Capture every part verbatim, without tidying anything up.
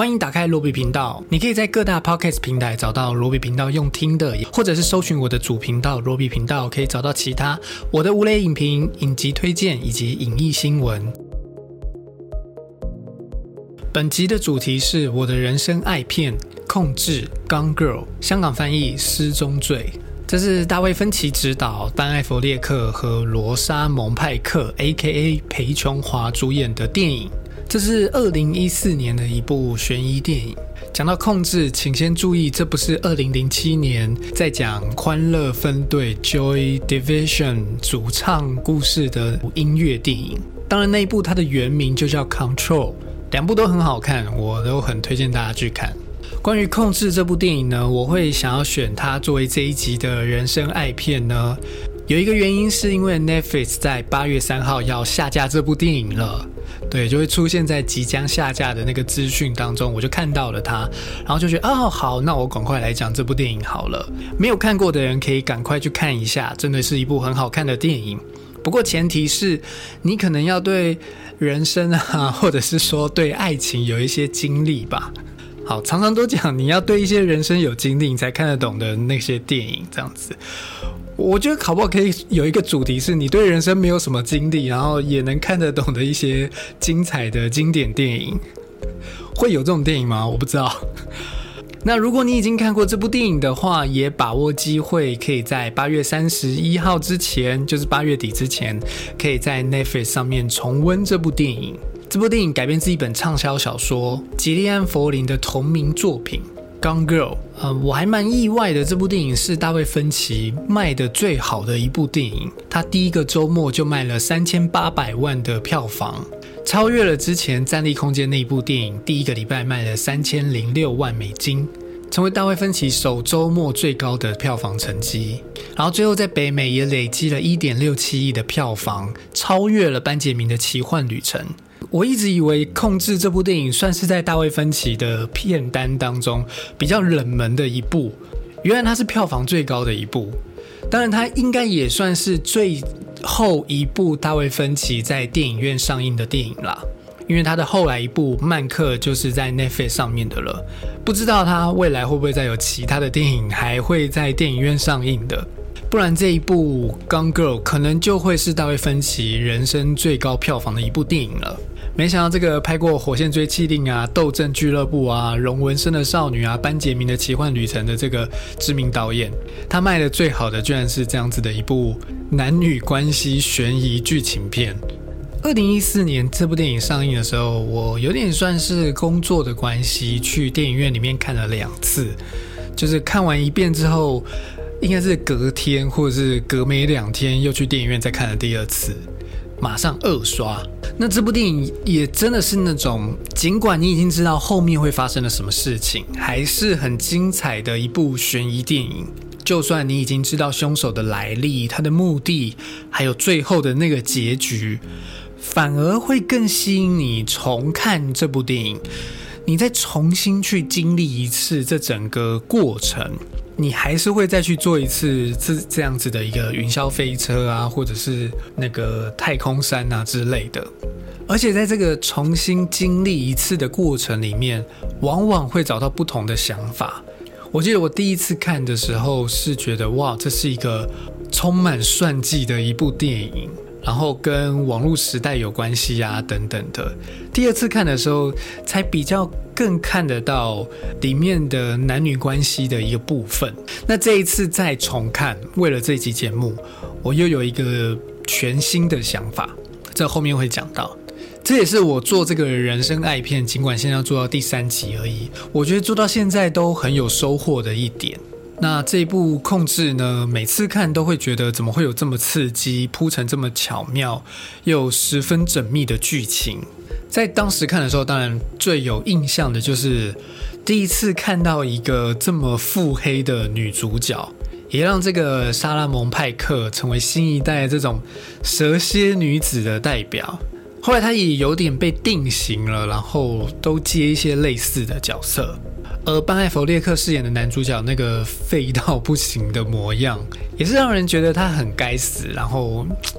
欢迎打开罗比频道，你可以在各大 Podcast 平台找到罗比频道用听的，或者是搜寻我的主频道罗比频道，可以找到其他我的无雷影评、影集推荐以及影艺新闻。本集的主题是我的人生爱片《控制》Gone Girl， 香港翻译失踪罪。这是大卫芬奇执导，班艾弗列克和罗莎蒙派克 A K A 裴琼华主演的电影。这是二零一四年的一部悬疑电影。讲到控制，请先注意，这不是二零零七年在讲欢乐分队 Joy Division 主唱故事的音乐电影。当然那一部它的原名就叫 Control， 两部都很好看，我都很推荐大家去看。关于控制这部电影呢，我会想要选它作为这一集的人生爱片呢，有一个原因是因为 Netflix 在八月三号要下架这部电影了，对，就会出现在即将下架的那个资讯当中，我就看到了它，然后就觉得哦好，那我赶快来讲这部电影好了。没有看过的人可以赶快去看一下，真的是一部很好看的电影。不过前提是你可能要对人生啊，或者是说对爱情有一些经历吧。好，常常都讲你要对一些人生有经历你才看得懂的那些电影这样子。我觉得搞不好可以有一个主题是你对人生没有什么经历，然后也能看得懂的一些精彩的经典电影。会有这种电影吗？我不知道。那如果你已经看过这部电影的话，也把握机会可以在八月三十一号之前，就是八月底之前，可以在 Netflix 上面重温这部电影。这部电影改编自一本畅销小说吉利安·佛林的同名作品 Gone Girl。呃，我还蛮意外的，这部电影是大卫芬奇卖的最好的一部电影，他第一个周末就卖了三千八百万的票房，超越了之前战力空间那一部电影第一个礼拜卖了三千零六万美金，成为大卫芬奇首周末最高的票房成绩。然后最后在北美也累积了 一点六七亿的票房，超越了班杰明的奇幻旅程。我一直以为控制这部电影算是在大卫芬奇的片单当中比较冷门的一部，原来它是票房最高的一部。当然它应该也算是最后一部大卫芬奇在电影院上映的电影啦，因为他的后来一部曼克就是在 Netflix 上面的了，不知道他未来会不会再有其他的电影还会在电影院上映的，不然这一部 Gone Girl 可能就会是大卫芬奇人生最高票房的一部电影了。没想到这个拍过《火线追缉令》啊、斗阵俱乐部啊、荣纹身的少女啊、班杰明的奇幻旅程的这个知名导演，他卖的最好的居然是这样子的一部男女关系悬疑剧情片。二零一四年这部电影上映的时候，我有点算是工作的关系去电影院里面看了两次，就是看完一遍之后应该是隔天或者是隔没两天又去电影院再看了第二次，马上二刷。那这部电影也真的是那种尽管你已经知道后面会发生了什么事情，还是很精彩的一部悬疑电影。就算你已经知道凶手的来历、他的目的，还有最后的那个结局，反而会更吸引你重看这部电影。你再重新去经历一次这整个过程，你还是会再去做一次这这样子的一个云霄飞车啊，或者是那个太空山啊之类的。而且在这个重新经历一次的过程里面，往往会找到不同的想法。我记得我第一次看的时候是觉得哇，这是一个充满算计的一部电影，然后跟网络时代有关系啊等等的。第二次看的时候才比较更看得到里面的男女关系的一个部分。那这一次再重看，为了这期节目我又有一个全新的想法，这后面会讲到。这也是我做这个人生爱片，尽管现在要做到第三集而已，我觉得做到现在都很有收获的一点。那这一部控制呢，每次看都会觉得怎么会有这么刺激，铺陈这么巧妙又十分缜密的剧情。在当时看的时候，当然最有印象的就是第一次看到一个这么腹黑的女主角，也让这个莎拉蒙派克成为新一代这种蛇蝎女子的代表。后来她也有点被定型了，然后都接一些类似的角色。而班艾弗列克饰演的男主角那个废到不行的模样，也是让人觉得他很该死，然后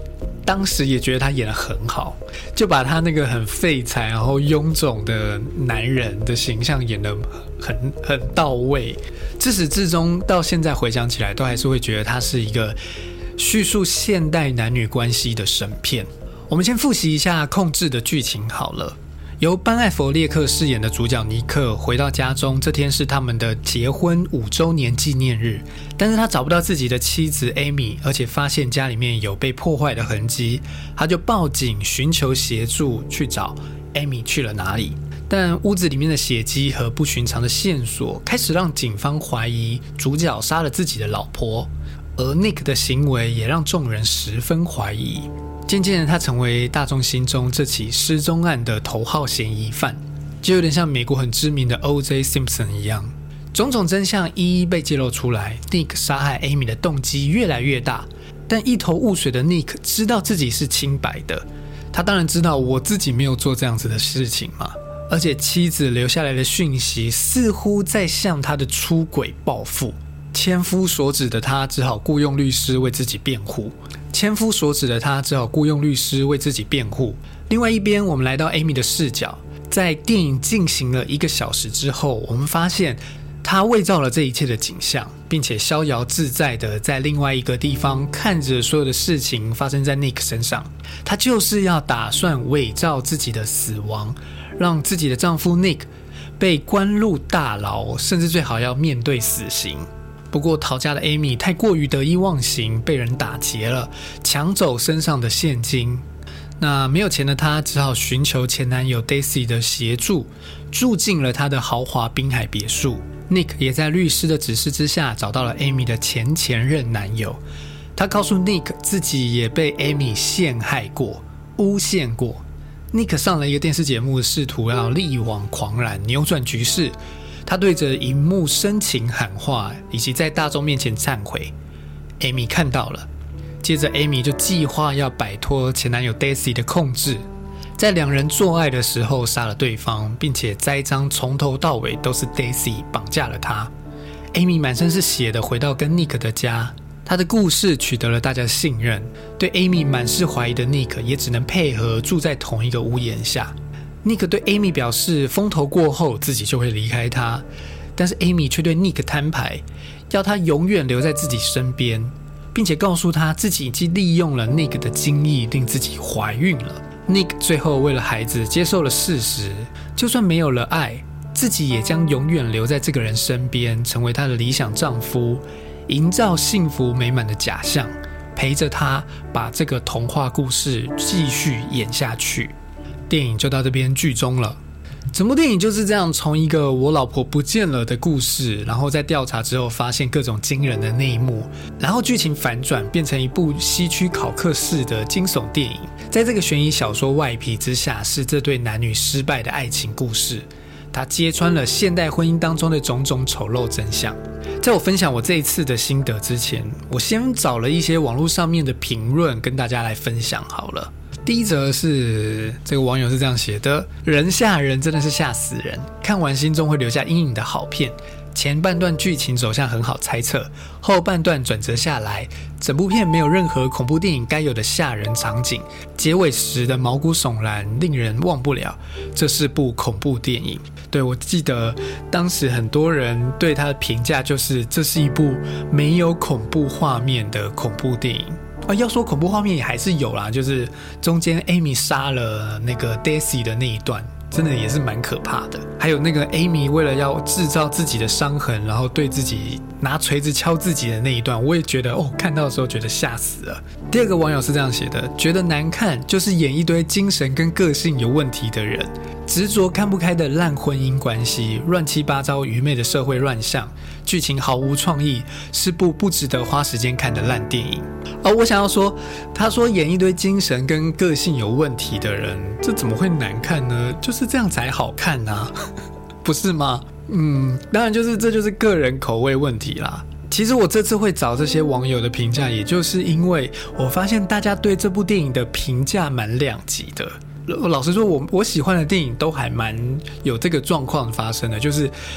当时也觉得他演得很好，就把他那个很废柴然后臃肿的男人的形象演得很很到位。自始至终到现在回想起来，都还是会觉得他是一个叙述现代男女关系的神片。我们先复习一下《控制》的剧情好了。由班艾佛列克饰演的主角尼克回到家中，这天是他们的结婚五周年纪念日，但是他找不到自己的妻子 Amy， 而且发现家里面有被破坏的痕迹，他就报警寻求协助去找 Amy 去了哪里。但屋子里面的血迹和不寻常的线索开始让警方怀疑主角杀了自己的老婆，而 Nick 的行为也让众人十分怀疑。渐渐的，他成为大众心中这起失踪案的头号嫌疑犯，就有点像美国很知名的 O J Simpson 一样。种种真相一一被揭露出来， Nick 杀害 Amy 的动机越来越大，但一头雾水的 Nick 知道自己是清白的。他当然知道我自己没有做这样子的事情嘛，而且妻子留下来的讯息似乎在向他的出轨报复。千夫所指的他只好雇用律师为自己辩护。千夫所指的他只好雇用律师为自己辩护。另外一边，我们来到 Amy 的视角，在电影进行了一个小时之后，我们发现他伪造了这一切的景象，并且逍遥自在的在另外一个地方看着所有的事情发生在 Nick 身上。他就是要打算伪造自己的死亡，让自己的丈夫 Nick 被关入大牢，甚至最好要面对死刑。不过逃家的 Amy 太过于得意忘形，被人打劫了，抢走身上的现金。那没有钱的她只好寻求前男友 Daisy 的协助，住进了他的豪华滨海别墅。 Nick 也在律师的指示之下找到了 Amy 的前前任男友。他告诉 Nick 自己也被 Amy 陷害过，诬陷过。 Nick 上了一个电视节目，试图要力挽狂澜，扭转局势。他对着荧幕深情喊话，以及在大众面前忏悔。 Amy 看到了，接着 Amy 就计划要摆脱前男友 Daisy 的控制，在两人做爱的时候杀了对方，并且栽赃从头到尾都是 Daisy 绑架了他。 Amy 满身是血的回到跟 Nick 的家，他的故事取得了大家的信任，对 Amy 满是怀疑的 Nick 也只能配合住在同一个屋檐下。Nick 对 Amy 表示风头过后自己就会离开他，但是 Amy 却对 Nick 摊牌，要他永远留在自己身边，并且告诉他自己已经利用了 Nick 的精液令自己怀孕了。 Nick 最后为了孩子接受了事实，就算没有了爱，自己也将永远留在这个人身边，成为他的理想丈夫，营造幸福美满的假象，陪着他把这个童话故事继续演下去。电影就到这边剧终了。整部电影就是这样，从一个我老婆不见了的故事，然后在调查之后发现各种惊人的内幕，然后剧情反转变成一部希区考克式的惊悚电影。在这个悬疑小说外皮之下，是这对男女失败的爱情故事，它揭穿了现代婚姻当中的种种丑陋真相。在我分享我这一次的心得之前，我先找了一些网络上面的评论跟大家来分享好了。第一则是这个网友是这样写的：人吓人真的是吓死人，看完心中会留下阴影的好片。前半段剧情走向很好猜测，后半段转折下来，整部片没有任何恐怖电影该有的吓人场景，结尾时的毛骨悚然令人忘不了，这是部恐怖电影。对，我记得当时很多人对它的评价就是这是一部没有恐怖画面的恐怖电影。啊，要说恐怖画面也还是有啦，就是中间 Amy 杀了那个 Daisy 的那一段，真的也是蛮可怕的。还有那个 Amy 为了要制造自己的伤痕，然后对自己拿锤子敲自己的那一段，我也觉得哦，看到的时候觉得吓死了。第二个网友是这样写的：觉得难看就是演一堆精神跟个性有问题的人，执着看不开的烂婚姻关系，乱七八糟愚昧的社会乱象，剧情毫无创意，是部不值得花时间看的烂电影。而我想要说，他说演一堆精神跟个性有问题的人，这怎么会难看呢？就是这样才好看啊，不是吗？嗯，当然就是这就是个人口味问题啦。其实我这次会找这些网友的评价，也就是因为我发现大家对这部电影的评价蛮两极的。老实说，我我喜欢的电影都还蛮有这个状况发生的，就是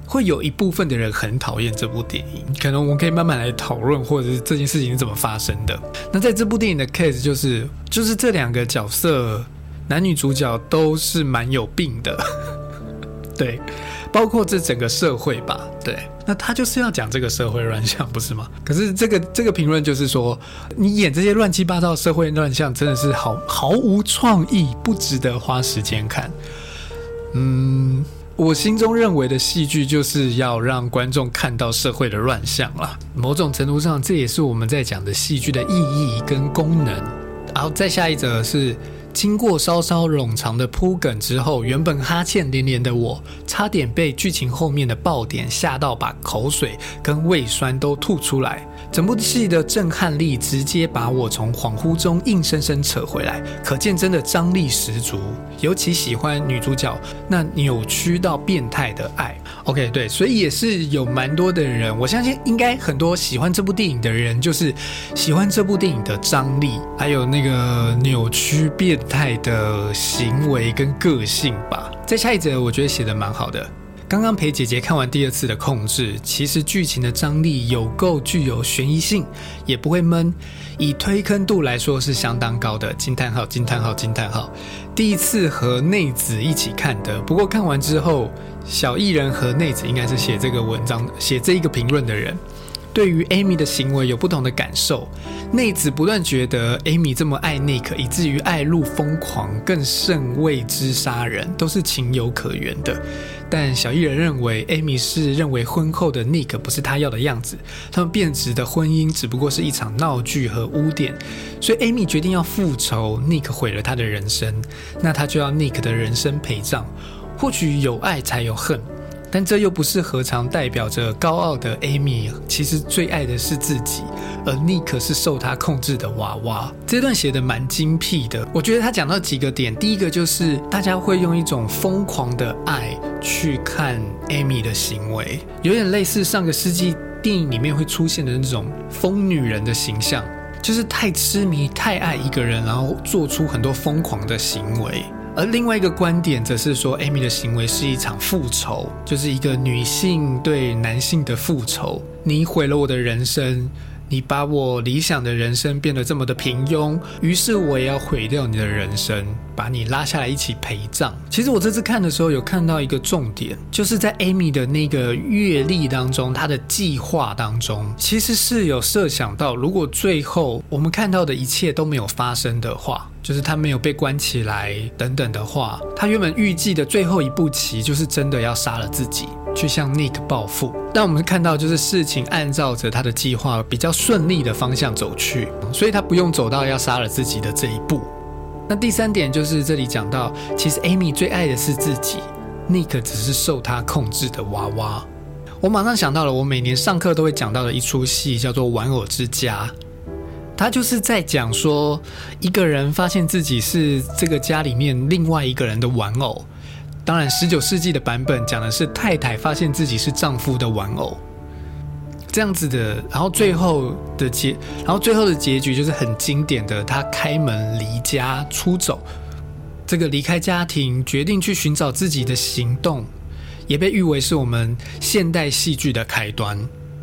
会有一部分的人很讨厌这部电影，可能我们可以慢慢来讨论，或者是这件事情是怎么发生的。那在这部电影的 case 就是就是这两个角色男女主角都是蛮有病的对，包括这整个社会吧，对，那他就是要讲这个社会乱象，不是吗？可是这个这个评论就是说，你演这些乱七八糟的社会乱象，真的是毫毫无创意，不值得花时间看。嗯，我心中认为的戏剧就是要让观众看到社会的乱象啦。某种程度上，这也是我们在讲的戏剧的意义跟功能。然后再下一则是。经过稍稍冗长的铺梗之后，原本哈欠连连的我，差点被剧情后面的爆点吓到，把口水跟胃酸都吐出来。整部戏的震撼力直接把我从恍惚中硬生生扯回来，可见真的张力十足。尤其喜欢女主角那扭曲到变态的爱。OK， 对，所以也是有蛮多的人，我相信应该很多喜欢这部电影的人，就是喜欢这部电影的张力，还有那个扭曲变态的行为跟个性吧。在下一则我觉得写得蛮好的。刚刚陪姐姐看完第二次的控制，其实剧情的张力有够具有悬疑性，也不会闷，以推坑度来说是相当高的，惊叹号惊叹号惊叹号。第一次和内子一起看的，不过看完之后，小艺人和内子应该是写这个文章写这一个评论的人，对于 Amy 的行为有不同的感受。内子不断觉得 Amy 这么爱 Nick， 以至于爱入疯狂，更甚为之杀人，都是情有可原的。但小艺人认为 Amy 是认为婚后的 Nick 不是他要的样子，他们变质的婚姻只不过是一场闹剧和污点，所以 Amy 决定要复仇， Nick 毁了他的人生，那他就要 Nick 的人生陪葬。或许有爱才有恨，但这又不是何尝代表着高傲的 Amy 其实最爱的是自己，而 Nick 是受他控制的娃娃。这段写得蛮精辟的，我觉得他讲到几个点。第一个就是大家会用一种疯狂的爱去看 Amy 的行为，有点类似上个世纪电影里面会出现的那种疯女人的形象，就是太痴迷太爱一个人，然后做出很多疯狂的行为。而另外一个观点则是说 Amy 的行为是一场复仇，就是一个女性对男性的复仇。你毁了我的人生，你把我理想的人生变得这么的平庸，于是我也要毁掉你的人生，把你拉下来一起陪葬。其实我这次看的时候有看到一个重点，就是在 Amy 的那个阅历当中，她的计划当中其实是有设想到，如果最后我们看到的一切都没有发生的话，就是他没有被关起来等等的话，他原本预计的最后一步棋就是真的要杀了自己，去向 Nick 报复。但我们看到就是事情按照着他的计划比较顺利的方向走去，所以他不用走到要杀了自己的这一步。那第三点就是这里讲到，其实 Amy 最爱的是自己， Nick 只是受他控制的娃娃。我马上想到了我每年上课都会讲到的一出戏，叫做《玩偶之家》。他就是在讲说，一个人发现自己是这个家里面另外一个人的玩偶。当然十九世纪的版本讲的是太太发现自己是丈夫的玩偶，这样子的。然后最后的结然后最后的结局就是很经典的，他开门离家出走，这个离开家庭决定去寻找自己的行动，也被誉为是我们现代戏剧的开端。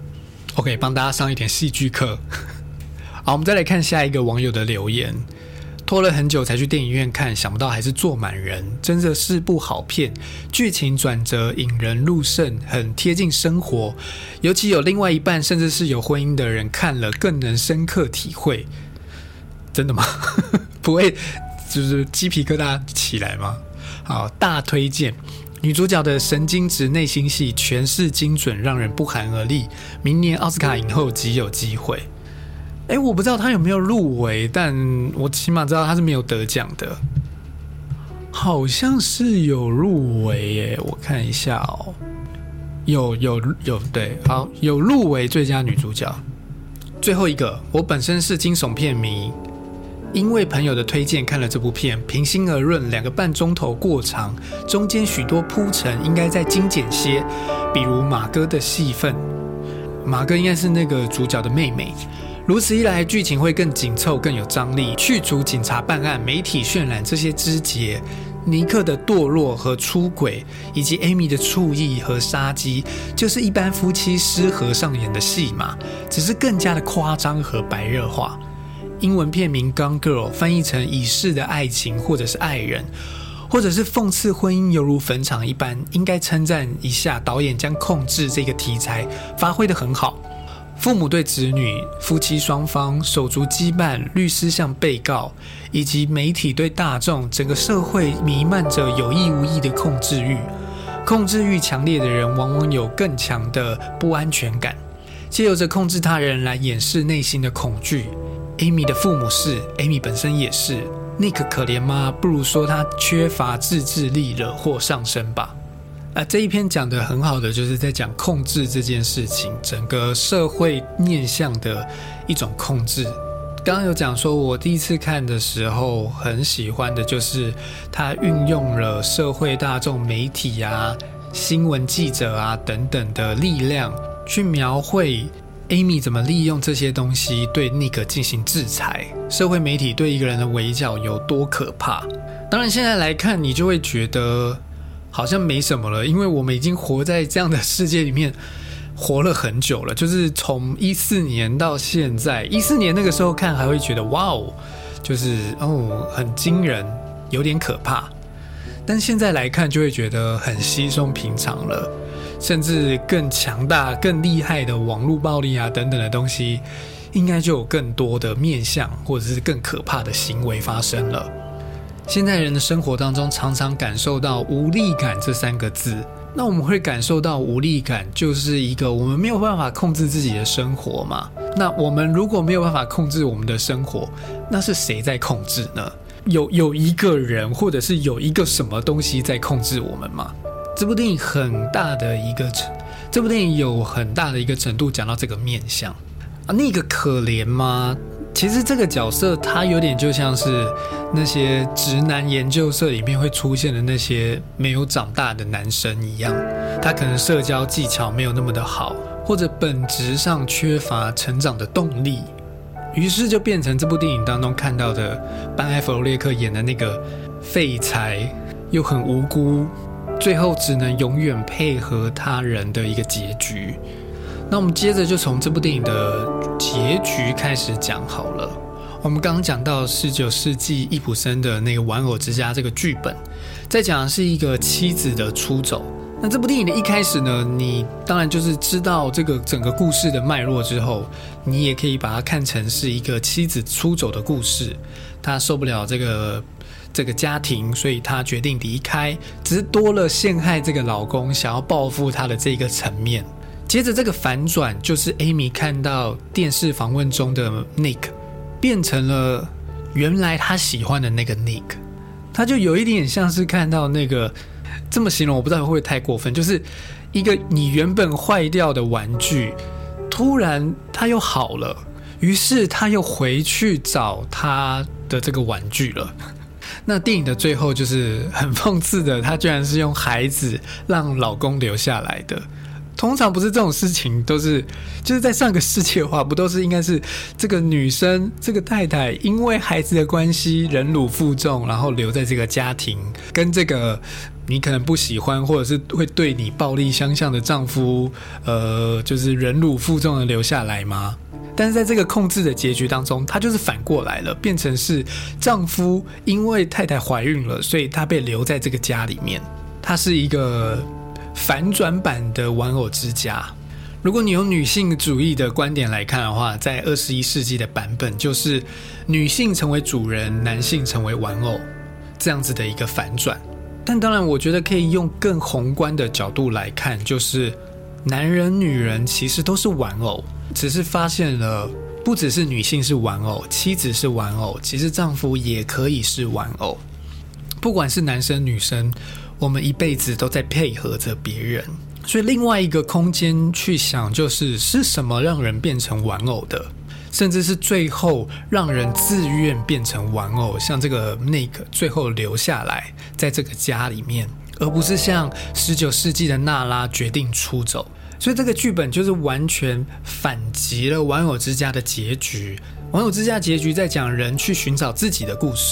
OK， 帮大家上一点戏剧课。好，我们再来看下一个网友的留言。拖了很久才去电影院看，想不到还是坐满人，真的是部好片，剧情转折引人入胜，很贴近生活，尤其有另外一半甚至是有婚姻的人看了更能深刻体会。真的吗？不会就是鸡皮疙瘩起来吗？好，大推荐。女主角的神经质内心戏诠释精准，让人不寒而栗，明年奥斯卡影后极有机会。哎，我不知道他有没有入围，但我起码知道他是没有得奖的。好像是有入围耶，我看一下哦。有有有，对，好，有入围最佳女主角。最后一个，我本身是惊悚片迷，因为朋友的推荐看了这部片，平心而论，两个半钟头过长，中间许多铺陈应该再精简些，比如马哥的戏份，马哥应该是那个主角的妹妹。如此一来，剧情会更紧凑，更有张力，去除警察办案、媒体渲染这些枝节， 尼克的堕落和出轨，以及 Amy 的醋意和杀机，就是一般夫妻失和上演的戏码，只是更加的夸张和白热化。英文片名 Gone Girl 翻译成已逝的爱情或者是爱人，或者是讽刺婚姻犹如坟场一般，应该称赞一下导演将控制这个题材发挥得很好。父母对子女、夫妻双方、手足羁绊、律师向被告，以及媒体对大众，整个社会弥漫着有意无意的控制欲。控制欲强烈的人往往有更强的不安全感，借由着控制他人来掩饰内心的恐惧。Amy 的父母是， Amy 本身也是。Nick 可怜吗？不如说他缺乏自制力，惹祸上身吧。啊，这一篇讲得很好的就是在讲控制这件事情，整个社会面向的一种控制。刚刚有讲说，我第一次看的时候很喜欢的就是他运用了社会大众、媒体啊、新闻记者啊等等的力量，去描绘 Amy 怎么利用这些东西对 Nick 进行制裁，社会媒体对一个人的围剿有多可怕。当然现在来看，你就会觉得好像没什么了，因为我们已经活在这样的世界里面活了很久了，就是从一四年到现在。一四年那个时候看还会觉得哇哦，就是哦很惊人，有点可怕，但现在来看就会觉得很稀松平常了，甚至更强大更厉害的网络暴力啊等等的东西，应该就有更多的面向或者是更可怕的行为发生了。现代人的生活当中常常感受到无力感这三个字，那我们会感受到无力感就是一个我们没有办法控制自己的生活嘛。那我们如果没有办法控制我们的生活，那是谁在控制呢？有有一个人或者是有一个什么东西在控制我们吗？这部电影很大的一个这部电影有很大的一个程度讲到这个面向啊。那个可怜吗？其实这个角色他有点就像是那些直男研究社里面会出现的那些没有长大的男生一样，他可能社交技巧没有那么的好，或者本质上缺乏成长的动力，于是就变成这部电影当中看到的班艾弗罗列克演的那个废材又很无辜，最后只能永远配合他人的一个结局。那我们接着就从这部电影的结局开始讲好了。我们刚刚讲到十九世纪易卜生的那个玩偶之家这个剧本，在讲的是一个妻子的出走。那这部电影的一开始呢，你当然就是知道这个整个故事的脉络之后，你也可以把它看成是一个妻子出走的故事。她受不了这个这个家庭，所以她决定离开，只是多了陷害这个老公想要报复她的这个层面。接着这个反转就是 Amy 看到电视访问中的 Nick 变成了原来她喜欢的那个 Nick， 她就有一点像是看到那个，这么形容我不知道会不会太过分，就是一个你原本坏掉的玩具突然它又好了，于是她又回去找她的这个玩具了。那电影的最后就是很讽刺的，她居然是用孩子让老公留下来的。通常不是这种事情，都是就是在上个世纪的话，不都是应该是这个女生这个太太因为孩子的关系忍辱负重，然后留在这个家庭，跟这个你可能不喜欢或者是会对你暴力相向的丈夫呃，就是忍辱负重的留下来吗？但是在这个控制的结局当中，他就是反过来了，变成是丈夫因为太太怀孕了，所以他被留在这个家里面。他是一个反转版的玩偶之家。如果你用女性主义的观点来看的话，在二十一世纪的版本就是女性成为主人，男性成为玩偶，这样子的一个反转。但当然我觉得可以用更宏观的角度来看，就是男人女人其实都是玩偶，只是发现了不只是女性是玩偶，妻子是玩偶，其实丈夫也可以是玩偶。不管是男生女生，我们一辈子都在配合着别人。所以另外一个空间去想，就是是什么让人变成玩偶的，甚至是最后让人自愿变成玩偶，像这个 Nick 最后留下来在这个家里面，而不是像十九世纪的娜拉决定出走。所以这个剧本就是完全反击了玩偶之家的结局。玩偶之家结局在讲人去寻找自己的故事，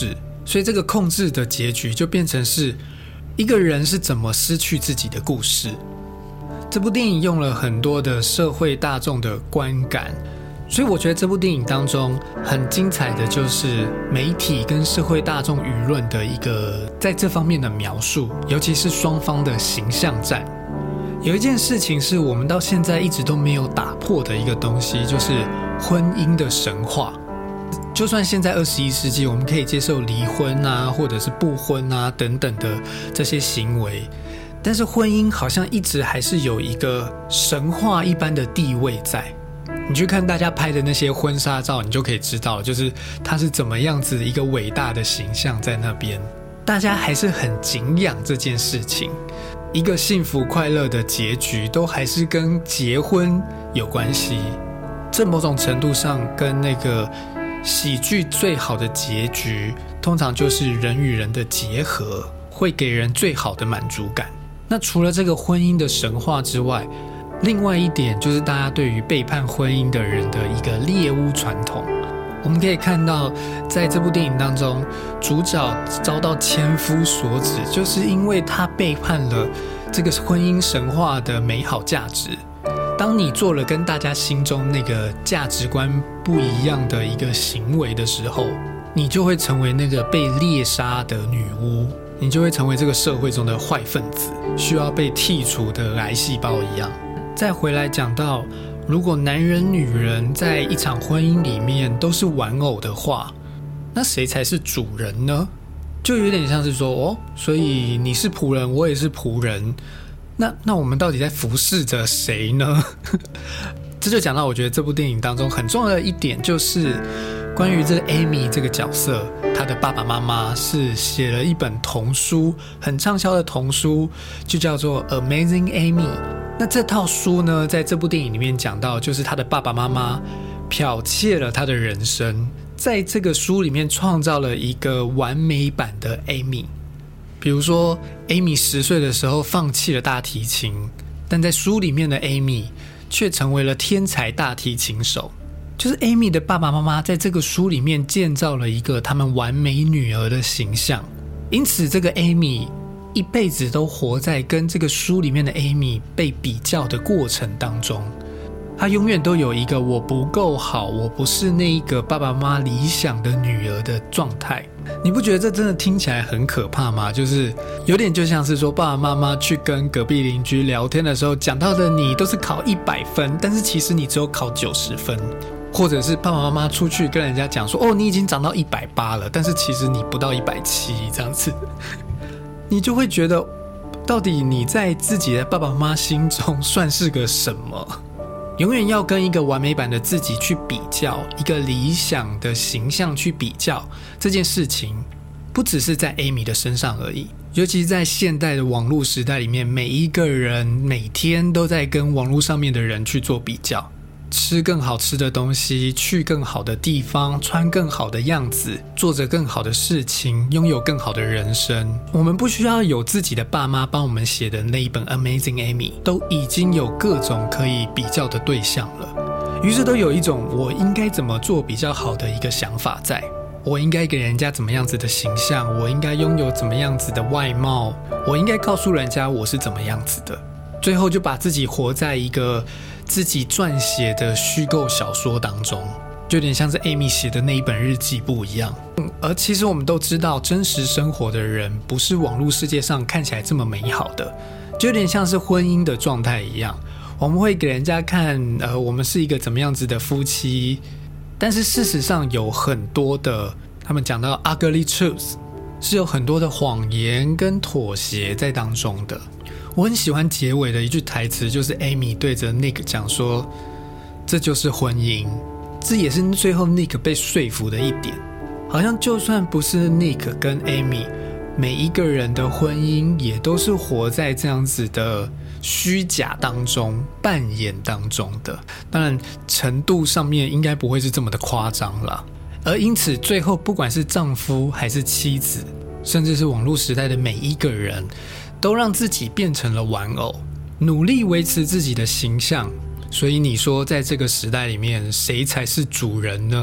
所以这个控制的结局就变成是一个人是怎么失去自己的故事。这部电影用了很多的社会大众的观感，所以我觉得这部电影当中很精彩的就是媒体跟社会大众舆论的一个在这方面的描述，尤其是双方的形象战。有一件事情是我们到现在一直都没有打破的一个东西，就是婚姻的神话。就算现在二十一世纪，我们可以接受离婚啊，或者是不婚啊等等的这些行为，但是婚姻好像一直还是有一个神话一般的地位在。你去看大家拍的那些婚纱照，你就可以知道，就是它是怎么样子一个伟大的形象在那边，大家还是很敬仰这件事情。一个幸福快乐的结局都还是跟结婚有关系，这某种程度上跟那个喜剧最好的结局通常就是人与人的结合，会给人最好的满足感。那除了这个婚姻的神话之外，另外一点就是大家对于背叛婚姻的人的一个猎巫传统。我们可以看到在这部电影当中，主角遭到千夫所指，就是因为他背叛了这个婚姻神话的美好价值。当你做了跟大家心中那个价值观不一样的一个行为的时候，你就会成为那个被猎杀的女巫，你就会成为这个社会中的坏分子，需要被剔除的癌细胞一样。再回来讲到，如果男人女人在一场婚姻里面都是玩偶的话，那谁才是主人呢？就有点像是说，哦，所以你是仆人，我也是仆人，那那我们到底在服侍着谁呢？这就讲到我觉得这部电影当中很重要的一点，就是关于这个 Amy 这个角色，她的爸爸妈妈是写了一本童书，很畅销的童书，就叫做 Amazing Amy。那这套书呢，在这部电影里面讲到，就是他的爸爸妈妈剽窃了他的人生，在这个书里面创造了一个完美版的 Amy。比如说 Amy 十岁的时候放弃了大提琴，但在书里面的 Amy 却成为了天才大提琴手。就是 Amy 的爸爸妈妈在这个书里面建造了一个他们完美女儿的形象，因此这个 Amy一辈子都活在跟这个书里面的 Amy 被比较的过程当中。她永远都有一个我不够好，我不是那一个爸爸妈妈理想的女儿的状态。你不觉得这真的听起来很可怕吗？就是有点就像是说爸爸妈妈去跟隔壁邻居聊天的时候讲到的你都是考一百分，但是其实你只有考九十分。或者是爸爸妈妈出去跟人家讲说，哦，你已经长到一百八了，但是其实你不到一百七这样子。你就会觉得到底你在自己的爸爸妈妈心中算是个什么？永远要跟一个完美版的自己去比较，一个理想的形象去比较，这件事情不只是在 Amy 的身上而已，尤其在现代的网络时代里面，每一个人每天都在跟网络上面的人去做比较，吃更好吃的东西，去更好的地方，穿更好的样子，做着更好的事情，拥有更好的人生。我们不需要有自己的爸妈帮我们写的那一本 Amazing Amy， 都已经有各种可以比较的对象了，于是都有一种我应该怎么做比较好的一个想法在，我应该给人家怎么样子的形象，我应该拥有怎么样子的外貌，我应该告诉人家我是怎么样子的，最后就把自己活在一个自己撰写的虚构小说当中，就有点像是 Amy 写的那一本日记簿一样。而其实我们都知道，真实生活的人不是网络世界上看起来这么美好的，就有点像是婚姻的状态一样，我们会给人家看呃，我们是一个怎么样子的夫妻，但是事实上有很多的，他们讲到 ugly truth， 是有很多的谎言跟妥协在当中的。我很喜欢结尾的一句台词，就是 Amy 对着 Nick 讲说，这就是婚姻。这也是最后 Nick 被说服的一点，好像就算不是 Nick 跟 Amy， 每一个人的婚姻也都是活在这样子的虚假当中，扮演当中的，当然程度上面应该不会是这么的夸张啦。而因此最后不管是丈夫还是妻子，甚至是网络时代的每一个人，都让自己变成了玩偶，努力维持自己的形象。所以你说在这个时代里面，谁才是主人呢？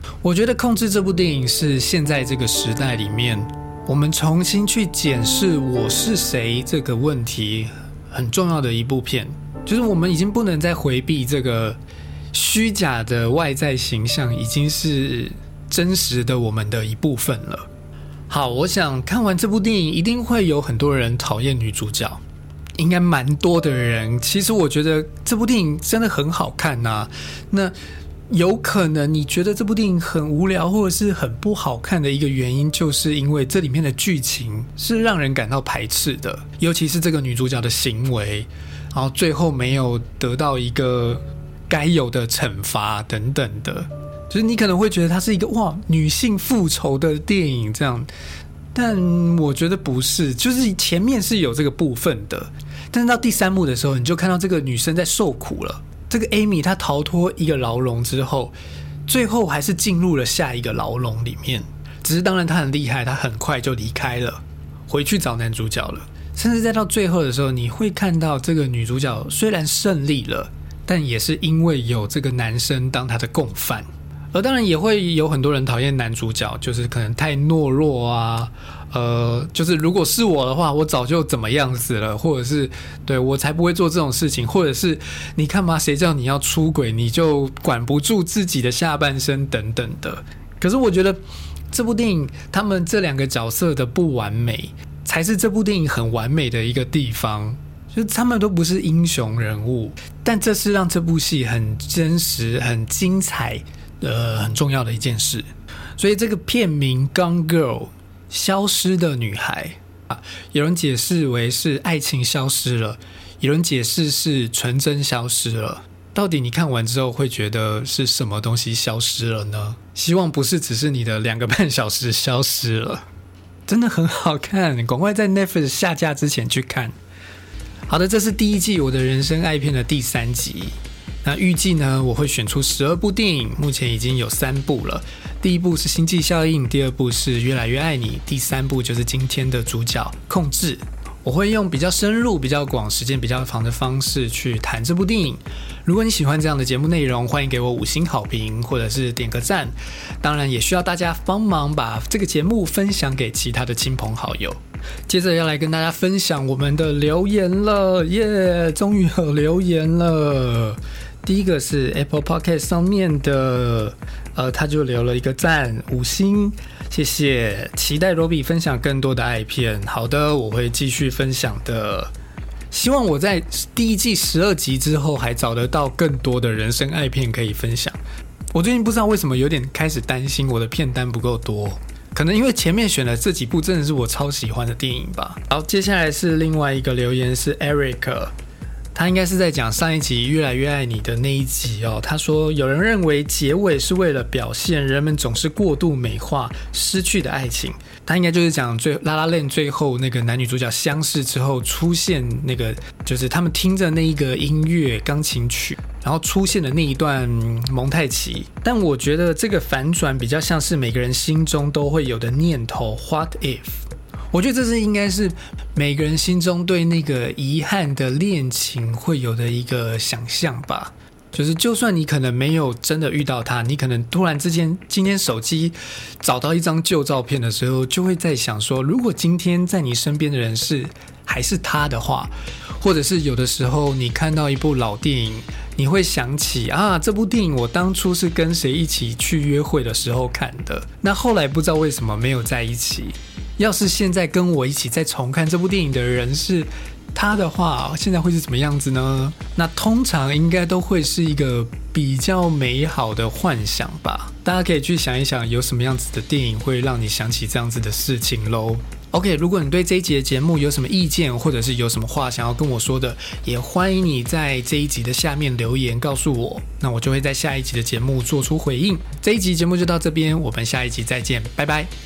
我觉得《控制》这部电影是现在这个时代里面，我们重新去检视我是谁这个问题很重要的一部片。就是我们已经不能再回避这个虚假的外在形象，已经是真实的我们的一部分了。好，我想看完这部电影，一定会有很多人讨厌女主角，应该蛮多的人。其实我觉得这部电影真的很好看啊。那有可能你觉得这部电影很无聊或者是很不好看的一个原因，就是因为这里面的剧情是让人感到排斥的，尤其是这个女主角的行为，然后最后没有得到一个该有的惩罚等等的，就是你可能会觉得它是一个哇女性复仇的电影这样，但我觉得不是，就是前面是有这个部分的，但是到第三幕的时候，你就看到这个女生在受苦了。这个 Amy 她逃脱一个牢笼之后，最后还是进入了下一个牢笼里面，只是当然她很厉害，她很快就离开了，回去找男主角了。甚至再到最后的时候，你会看到这个女主角虽然胜利了，但也是因为有这个男生当她的共犯。而当然也会有很多人讨厌男主角，就是可能太懦弱啊，呃，就是如果是我的话，我早就怎么样子了，或者是对我才不会做这种事情，或者是你看嘛，谁叫你要出轨，你就管不住自己的下半身等等的。可是我觉得这部电影他们这两个角色的不完美，才是这部电影很完美的一个地方。就是他们都不是英雄人物，但这是让这部戏很真实、很精彩。呃，很重要的一件事。所以这个片名 Gone Girl 消失的女孩啊，有人解释为是爱情消失了，有人解释是纯真消失了。到底你看完之后会觉得是什么东西消失了呢？希望不是只是你的两个半小时消失了。真的很好看，赶快在 Netflix 下架之前去看。好的，这是第一季我的人生爱片的第三集。那预计呢，我会选出十二部电影，目前已经有三部了。第一部是《星际效应》，第二部是《越来越爱你》，第三部就是今天的主角《控制》。我会用比较深入、比较广、时间比较长的方式去谈这部电影。如果你喜欢这样的节目内容，欢迎给我五星好评，或者是点个赞。当然，也需要大家帮忙把这个节目分享给其他的亲朋好友。接着要来跟大家分享我们的留言了，耶！终于有留言了。第一个是 Apple Podcast 上面的，呃，他就留了一个赞，五星，谢谢。期待罗比分享更多的爱片。好的，我会继续分享的。希望我在第一季十二集之后还找得到更多的人生爱片可以分享。我最近不知道为什么有点开始担心我的片单不够多，可能因为前面选了这几部真的是我超喜欢的电影吧。好，接下来是另外一个留言是 Eric。他应该是在讲上一集《越来越爱你》的那一集哦。他说，有人认为结尾是为了表现人们总是过度美化失去的爱情。他应该就是讲最《La La Land》最后那个男女主角相识之后出现那个，就是他们听着那一个音乐钢琴曲，然后出现的那一段蒙太奇。但我觉得这个反转比较像是每个人心中都会有的念头 What if？我觉得这是应该是每个人心中对那个遗憾的恋情会有的一个想象吧。就是就算你可能没有真的遇到他，你可能突然之间今天手机找到一张旧照片的时候，就会在想说，如果今天在你身边的人是还是他的话，或者是有的时候你看到一部老电影，你会想起啊，这部电影我当初是跟谁一起去约会的时候看的，那后来不知道为什么没有在一起。要是现在跟我一起再重看这部电影的人是他的话，现在会是怎么样子呢？那通常应该都会是一个比较美好的幻想吧。大家可以去想一想，有什么样子的电影会让你想起这样子的事情咯。OK， 如果你对这一集的节目有什么意见，或者是有什么话想要跟我说的，也欢迎你在这一集的下面留言告诉我，那我就会在下一集的节目做出回应。这一集节目就到这边，我们下一集再见，拜拜。